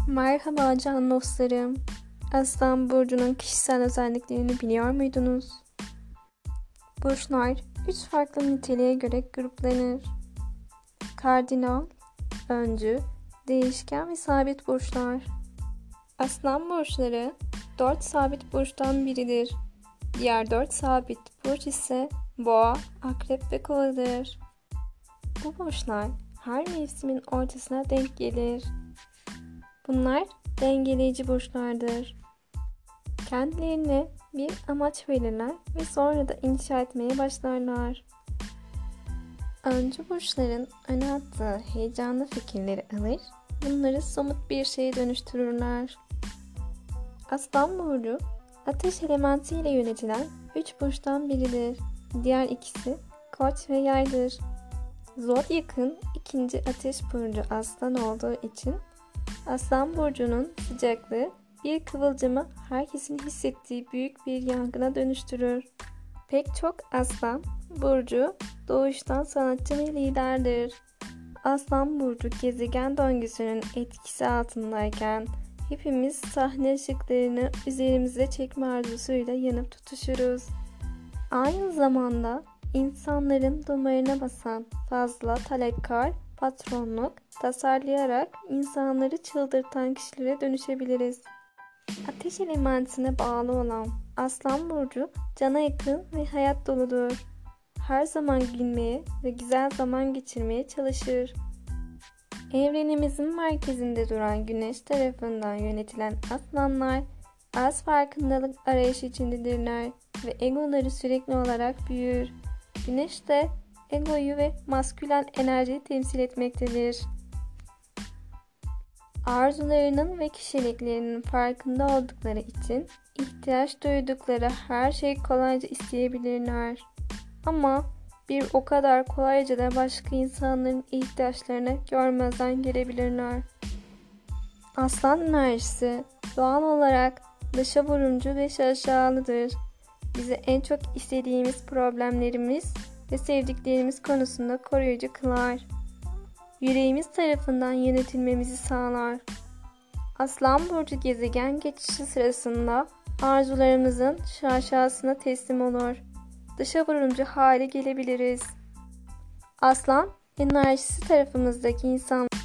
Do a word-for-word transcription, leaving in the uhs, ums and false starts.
Merhaba can dostlarım. Aslan burcunun kişisel özelliklerini biliyor muydunuz? Burçlar üç farklı niteliğe göre gruplanır. Kardinal, öncü, değişken ve sabit burçlar. Aslan burçları dört sabit burçtan biridir. Diğer dört sabit burç ise Boğa, Akrep ve Kova'dır. Bu burçlar her mevsimin ortasına denk gelir. Bunlar dengeleyici burçlardır. Kendilerine bir amaç verirler ve sonra da inşa etmeye başlarlar. Öncü burçların öne attığı heyecanlı fikirleri alır, bunları somut bir şeye dönüştürürler. Aslan burcu, ateş elementiyle yönetilen üç burçtan biridir. Diğer ikisi Koç ve Yaydır. Zodyak'ın ikinci ateş burcu Aslan olduğu için Aslan burcunun sıcaklığı bir kıvılcımı herkesin hissettiği büyük bir yangına dönüştürür. Pek çok Aslan burcu doğuştan sanatçı ve liderdir. Aslan burcu gezegen döngüsünün etkisi altındayken hepimiz sahne ışıklarını üzerimize çekme arzusuyla yanıp tutuşuruz. Aynı zamanda insanların damarına basan fazla talepkar patronluk tasarlayarak insanları çıldırtan kişilere dönüşebiliriz. Ateş elementine bağlı olan Aslan burcu cana yakın ve hayat doludur. Her zaman gülmeye ve güzel zaman geçirmeye çalışır. Evrenimizin merkezinde duran Güneş tarafından yönetilen aslanlar az farkındalık arayışı içindedirler ve egoları sürekli olarak büyür. Güneş de egoyu ve maskülen enerjiyi temsil etmektedir. Arzularının ve kişiliklerinin farkında oldukları için ihtiyaç duydukları her şeyi kolayca isteyebilirler. Ama bir o kadar kolayca da başka insanların ihtiyaçlarını görmezden gelebilirler. Aslan enerjisi doğal olarak dışa vurumcu ve şaşalıdır. Bizi en çok istediğimiz problemlerimiz ve sevdiklerimiz konusunda koruyucu kılar. Yüreğimiz tarafından yönetilmemizi sağlar. Aslan burcu gezegen geçişi sırasında arzularımızın şaşasına teslim olur. Dışa vurumcu hale gelebiliriz. Aslan enerjisi tarafımızdaki insanlar